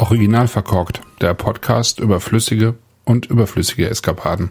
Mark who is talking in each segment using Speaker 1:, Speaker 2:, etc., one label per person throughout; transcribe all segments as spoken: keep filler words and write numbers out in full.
Speaker 1: Original verkorkt, der Podcast über flüssige und überflüssige Eskapaden.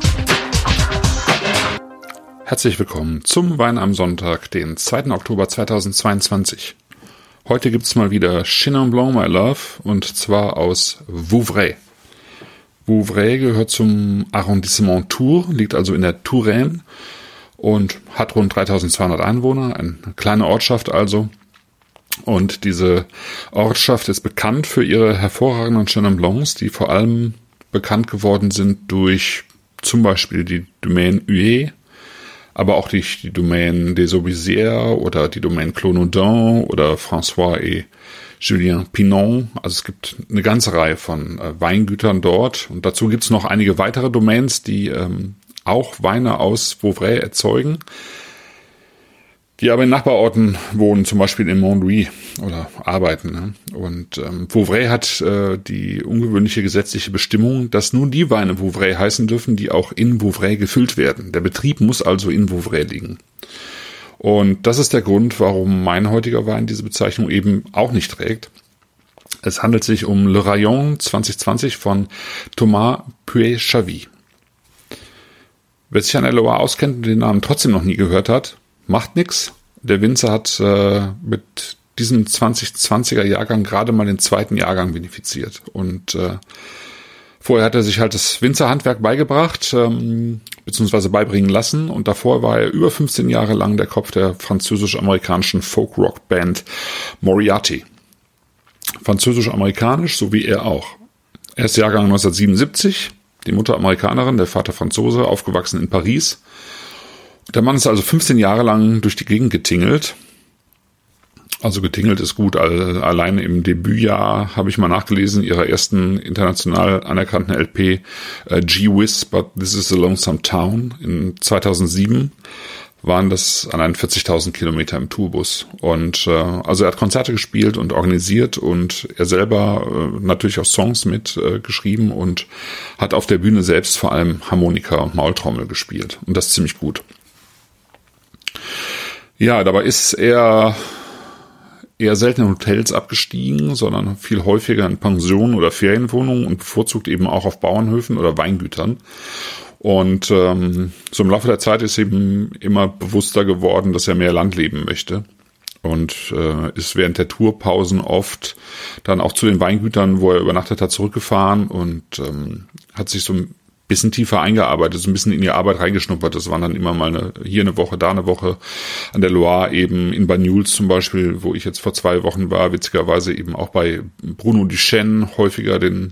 Speaker 1: Herzlich willkommen zum Wein am Sonntag, den zweiten Oktober zweitausendzweiundzwanzig. Heute gibt's mal wieder Chenin Blanc, my love, und zwar aus Vouvray. Vouvray gehört zum Arrondissement Tours, liegt also in der Touraine und hat rund dreitausendzweihundert Einwohner, eine kleine Ortschaft also. Und diese Ortschaft ist bekannt für ihre hervorragenden Chenin Blancs, die vor allem bekannt geworden sind durch zum Beispiel die Domaine Huet, aber auch durch die Domaine des Aubisières oder die Domaine Clos-Naudin oder François et Julien Pinon. Also es gibt eine ganze Reihe von äh, Weingütern dort. Und dazu gibt es noch einige weitere Domains, die ähm, auch Weine aus Vouvray erzeugen, die aber in Nachbarorten wohnen, zum Beispiel in Montlouis oder arbeiten. Ne? Und ähm, Vouvray hat äh, die ungewöhnliche gesetzliche Bestimmung, dass nur die Weine Vouvray heißen dürfen, die auch in Vouvray gefüllt werden. Der Betrieb muss also in Vouvray liegen. Und das ist der Grund, warum mein heutiger Wein diese Bezeichnung eben auch nicht trägt. Es handelt sich um Le Rayon zwanzig zwanzig von Thomas Puet-Chavy. Wer sich an der Loire auskennt und den Namen trotzdem noch nie gehört hat, macht nix. Der Winzer hat äh, mit diesem zwanzig zwanziger Jahrgang gerade mal den zweiten Jahrgang vinifiziert. Und äh, vorher hat er sich halt das Winzerhandwerk beigebracht, ähm, beziehungsweise beibringen lassen. Und davor war er über fünfzehn Jahre lang der Kopf der französisch-amerikanischen Folk-Rock-Band Moriarty. Französisch-amerikanisch, so wie er auch. Er ist Jahrgang neunzehnhundertsiebenundsiebzig, die Mutter Amerikanerin, der Vater Franzose, aufgewachsen in Paris. Der Mann ist also fünfzehn Jahre lang durch die Gegend getingelt. Also getingelt ist gut. Alleine im Debütjahr habe ich mal nachgelesen, ihrer ersten international anerkannten L P uh, Gee Whiz, But This Is a Lonesome Town in zweitausendsieben waren das allein vierzigtausend Kilometer im Tourbus. Und äh, also er hat Konzerte gespielt und organisiert und er selber äh, natürlich auch Songs mit äh, geschrieben und hat auf der Bühne selbst vor allem Harmonika und Maultrommel gespielt. Und das ziemlich gut. Ja, dabei ist er eher selten in Hotels abgestiegen, sondern viel häufiger in Pensionen oder Ferienwohnungen und bevorzugt eben auch auf Bauernhöfen oder Weingütern. Und ähm, so im Laufe der Zeit ist ihm immer bewusster geworden, dass er mehr Land leben möchte. Und äh, ist während der Tourpausen oft dann auch zu den Weingütern, wo er übernachtet hat, zurückgefahren und ähm, hat sich so ein bisschen tiefer eingearbeitet, so ein bisschen in die Arbeit reingeschnuppert. Das waren dann immer mal eine, hier eine Woche, da eine Woche an der Loire, eben in Banyuls zum Beispiel, wo ich jetzt vor zwei Wochen war, witzigerweise eben auch bei Bruno Duchesne häufiger den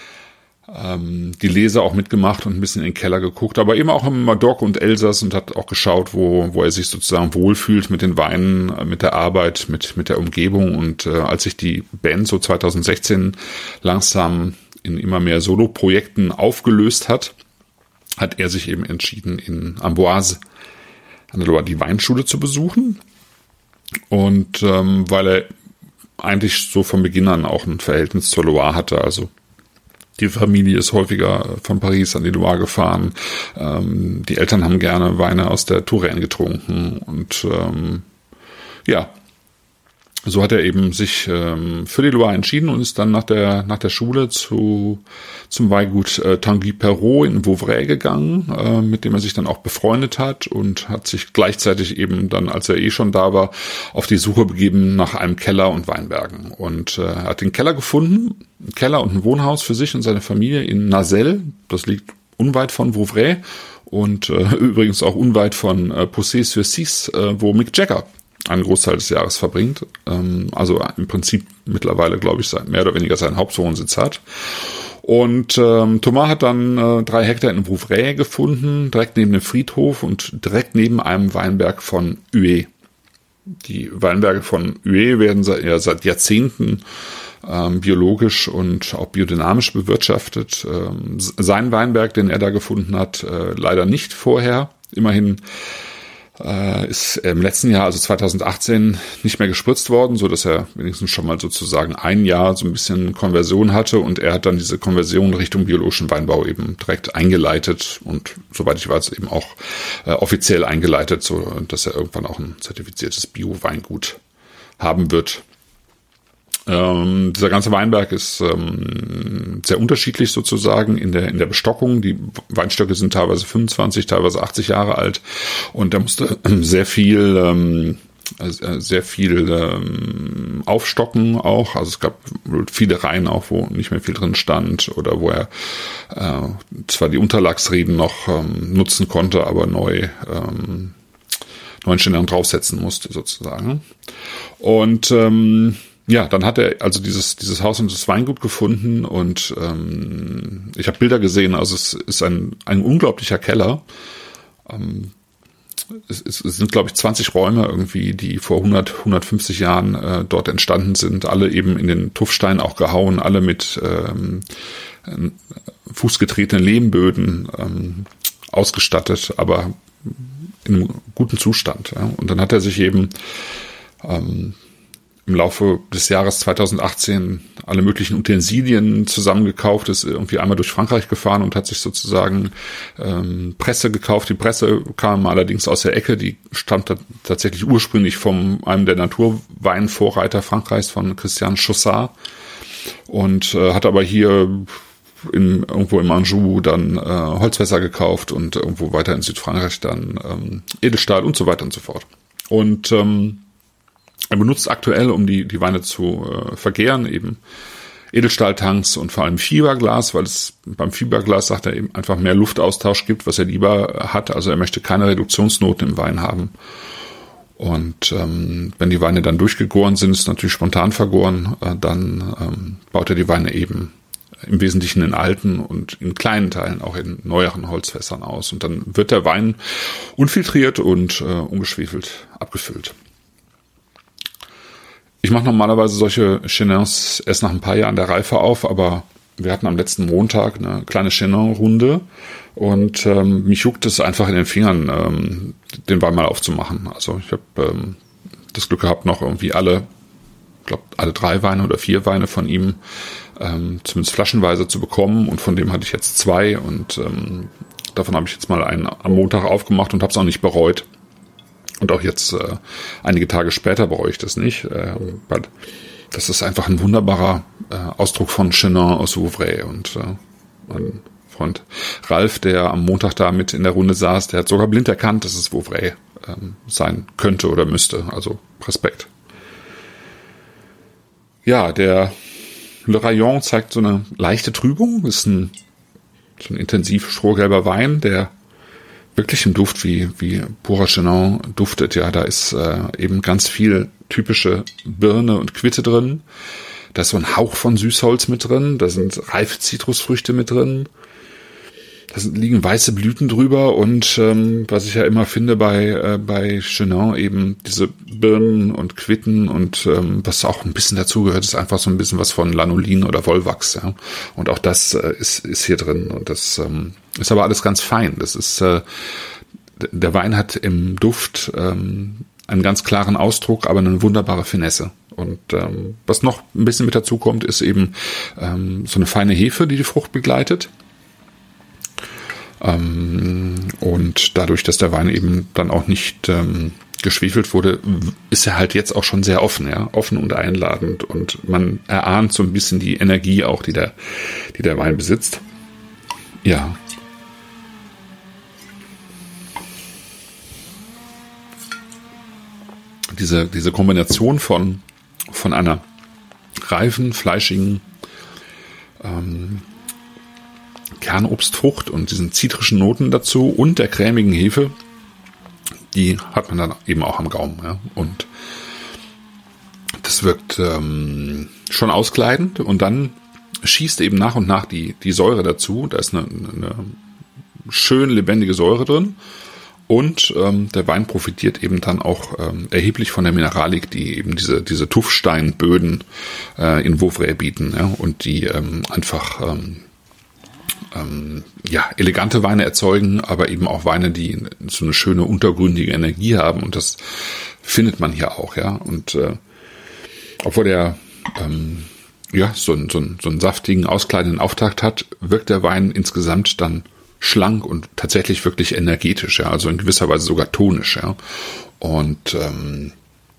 Speaker 1: ähm, die Lese auch mitgemacht und ein bisschen in den Keller geguckt, aber eben auch im Medoc und Elsass und hat auch geschaut, wo wo er sich sozusagen wohlfühlt mit den Weinen, mit der Arbeit, mit mit der Umgebung. Und äh, als sich die Band so zweitausendsechzehn langsam in immer mehr Solo-Projekten aufgelöst hat, hat er sich eben entschieden, in Amboise an der Loire die Weinschule zu besuchen. Und ähm, weil er eigentlich so von Beginn an auch ein Verhältnis zur Loire hatte, also die Familie ist häufiger von Paris an die Loire gefahren, ähm, die Eltern haben gerne Weine aus der Touraine getrunken und ähm, ja, so hat er eben sich ähm, für die Loire entschieden und ist dann nach der nach der Schule zu zum Weingut äh, Tanguy Perrot in Vouvray gegangen, äh, mit dem er sich dann auch befreundet hat und hat sich gleichzeitig eben dann, als er eh schon da war, auf die Suche begeben nach einem Keller und Weinbergen. Und äh, er hat den Keller gefunden, einen Keller und ein Wohnhaus für sich und seine Familie in Nazelles, das liegt unweit von Vouvray und äh, übrigens auch unweit von äh, Poussey-sur-Cisse, äh, wo Mick Jagger einen Großteil des Jahres verbringt, ähm, also im Prinzip mittlerweile, glaube ich, mehr oder weniger seinen Hauptwohnsitz hat. Und ähm, Thomas hat dann äh, drei Hektar in Vouvray gefunden, direkt neben dem Friedhof und direkt neben einem Weinberg von Huet. Die Weinberge von Huet werden seit, ja, seit Jahrzehnten ähm, biologisch und auch biodynamisch bewirtschaftet. Ähm, sein Weinberg, den er da gefunden hat, äh, leider nicht vorher. Immerhin äh, ist im letzten Jahr, also zweitausendachtzehn, nicht mehr gespritzt worden, so dass er wenigstens schon mal sozusagen ein Jahr so ein bisschen Konversion hatte, und er hat dann diese Konversion Richtung biologischen Weinbau eben direkt eingeleitet und soweit ich weiß eben auch äh, offiziell eingeleitet, so dass er irgendwann auch ein zertifiziertes Bio-Weingut haben wird. Ähm, dieser ganze Weinberg ist ähm, sehr unterschiedlich sozusagen in der in der Bestockung. Die Weinstöcke sind teilweise fünfundzwanzig, teilweise achtzig Jahre alt und da musste sehr viel ähm, sehr viel ähm, aufstocken auch. Also es gab viele Reihen auch, wo nicht mehr viel drin stand oder wo er äh, zwar die Unterlagsreben noch ähm, nutzen konnte, aber neu ähm, neuen Chenin draufsetzen musste sozusagen. Und ähm, ja, dann hat er also dieses dieses Haus und das Weingut gefunden und ähm, ich habe Bilder gesehen. Also es ist ein ein unglaublicher Keller. Ähm, es, es sind, glaube ich, zwanzig Räume irgendwie, die vor hundert, hundertfünfzig Jahren äh, dort entstanden sind. Alle eben in den Tuffstein auch gehauen, alle mit ähm, fußgetretenen Lehmböden ähm, ausgestattet, aber in einem guten Zustand. Ja. Und dann hat er sich eben ähm, im Laufe des Jahres zweitausendachtzehn alle möglichen Utensilien zusammengekauft, ist irgendwie einmal durch Frankreich gefahren und hat sich sozusagen ähm, Presse gekauft. Die Presse kam allerdings aus der Ecke, die stammt tatsächlich ursprünglich von einem der Naturweinvorreiter Frankreichs, von Christian Chaussat, und äh, hat aber hier in, irgendwo im Anjou dann äh, Holzfässer gekauft und irgendwo weiter in Südfrankreich dann ähm, Edelstahl und so weiter und so fort. Und ähm, er benutzt aktuell, um die die Weine zu äh, vergären, eben Edelstahltanks und vor allem Fiberglas, weil es beim Fiberglas, sagt er, eben einfach mehr Luftaustausch gibt, was er lieber hat. Also er möchte keine Reduktionsnoten im Wein haben. Und ähm, wenn die Weine dann durchgegoren sind, ist natürlich spontan vergoren, äh, dann ähm, baut er die Weine eben im Wesentlichen in alten und in kleinen Teilen auch in neueren Holzfässern aus. Und dann wird der Wein unfiltriert und äh, ungeschwefelt abgefüllt. Ich mache normalerweise solche Chenins erst nach ein paar Jahren der Reife auf, aber wir hatten am letzten Montag eine kleine Chenin-Runde und ähm, mich juckt es einfach in den Fingern, ähm, den Wein mal aufzumachen. Also ich habe ähm, das Glück gehabt, noch irgendwie alle, ich glaube alle drei Weine oder vier Weine von ihm ähm, zumindest flaschenweise zu bekommen, und von dem hatte ich jetzt zwei und ähm, davon habe ich jetzt mal einen am Montag aufgemacht und habe es auch nicht bereut. Und auch jetzt, äh, einige Tage später, bereue ich das nicht. Äh, das ist einfach ein wunderbarer äh, Ausdruck von Chenin aus Vouvray. Und äh, mein Freund Ralf, der am Montag da mit in der Runde saß, der hat sogar blind erkannt, dass es Vouvray äh, sein könnte oder müsste. Also Respekt. Ja, der Le Rayon zeigt so eine leichte Trübung. Das ist ein, so ein intensiv strohgelber Wein, der wirklich im Duft wie wie purer Chenin duftet. Ja, da ist äh, eben ganz viel typische Birne und Quitte drin. Da ist so ein Hauch von Süßholz mit drin. Da sind reife Zitrusfrüchte mit drin. Da sind, liegen weiße Blüten drüber und ähm, was ich ja immer finde bei äh, bei Chenin, eben diese Birnen und Quitten und ähm, was auch ein bisschen dazugehört, ist einfach so ein bisschen was von Lanolin oder Wollwachs. Ja. Und auch das äh, ist ist hier drin und das ähm, ist aber alles ganz fein. Das ist äh, der Wein hat im Duft ähm, einen ganz klaren Ausdruck, aber eine wunderbare Finesse. Und ähm, was noch ein bisschen mit dazu kommt, ist eben ähm, so eine feine Hefe, die die Frucht begleitet. Ähm, und dadurch, dass der Wein eben dann auch nicht ähm, geschwefelt wurde, ist er halt jetzt auch schon sehr offen, ja, offen und einladend. Und man erahnt so ein bisschen die Energie auch, die der, die der Wein besitzt. Ja. Diese, diese Kombination von, von einer reifen, fleischigen ähm, Kernobstfrucht und diesen zitrischen Noten dazu und der cremigen Hefe, die hat man dann eben auch am Gaumen. Ja? Und das wirkt ähm, schon auskleidend und dann schießt eben nach und nach die, die Säure dazu. Da ist eine, eine schön lebendige Säure drin. Und ähm, der Wein profitiert eben dann auch ähm, erheblich von der Mineralik, die eben diese diese Tuffsteinböden äh, in Vouvray bieten, ja, und die ähm, einfach ähm, ähm, ja elegante Weine erzeugen, aber eben auch Weine, die so eine schöne untergründige Energie haben, und das findet man hier auch, ja. Und äh, obwohl der ähm, ja so einen so einen so einen saftigen, auskleidenden Auftakt hat, wirkt der Wein insgesamt dann schlank und tatsächlich wirklich energetisch, ja, also in gewisser Weise sogar tonisch, ja. Und ähm,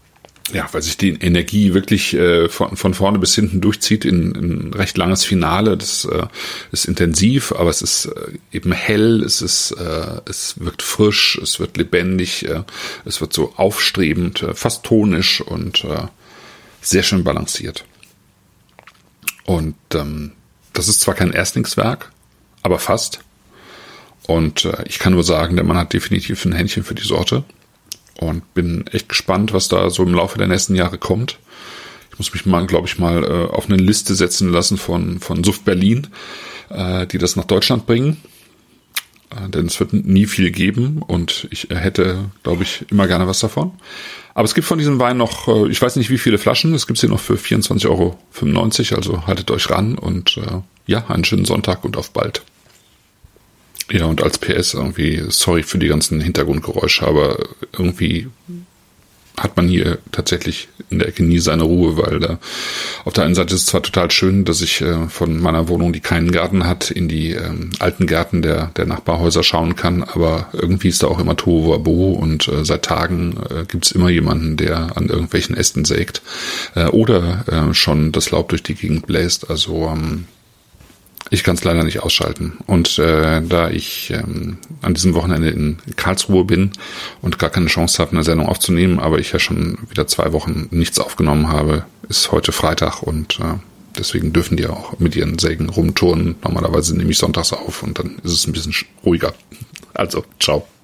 Speaker 1: ja, weil sich die Energie wirklich äh, von, von vorne bis hinten durchzieht in ein recht langes Finale. Das äh, ist intensiv, aber es ist äh, eben hell, es ist, äh, es wirkt frisch, es wird lebendig, äh, es wird so aufstrebend, äh, fast tonisch und äh, sehr schön balanciert. Und ähm, das ist zwar kein Erstlingswerk, aber fast. Und äh, ich kann nur sagen, der Mann hat definitiv ein Händchen für die Sorte. Und bin echt gespannt, was da so im Laufe der nächsten Jahre kommt. Ich muss mich mal, glaube ich, mal äh, auf eine Liste setzen lassen von von Suff Berlin, äh, die das nach Deutschland bringen. Äh, denn es wird nie viel geben und ich hätte, glaube ich, immer gerne was davon. Aber es gibt von diesem Wein noch, äh, ich weiß nicht wie viele Flaschen, es gibt sie noch für vierundzwanzig Euro fünfundneunzig, also haltet euch ran und äh, ja, einen schönen Sonntag und auf bald. Ja, und als P S irgendwie, sorry für die ganzen Hintergrundgeräusche, aber irgendwie hat man hier tatsächlich in der Ecke nie seine Ruhe, weil da auf der einen Seite ist es zwar total schön, dass ich äh, von meiner Wohnung, die keinen Garten hat, in die ähm, alten Gärten der der Nachbarhäuser schauen kann, aber irgendwie ist da auch immer Tohuwabohu und äh, seit Tagen äh, gibt's immer jemanden, der an irgendwelchen Ästen sägt äh, oder äh, schon das Laub durch die Gegend bläst, also ähm, ich kann es leider nicht ausschalten. Und äh, da ich ähm, an diesem Wochenende in Karlsruhe bin und gar keine Chance habe, eine Sendung aufzunehmen, aber ich ja schon wieder zwei Wochen nichts aufgenommen habe, ist heute Freitag und äh, deswegen dürfen die auch mit ihren Sägen rumturnen. Normalerweise nehme ich sonntags auf und dann ist es ein bisschen ruhiger. Also, ciao.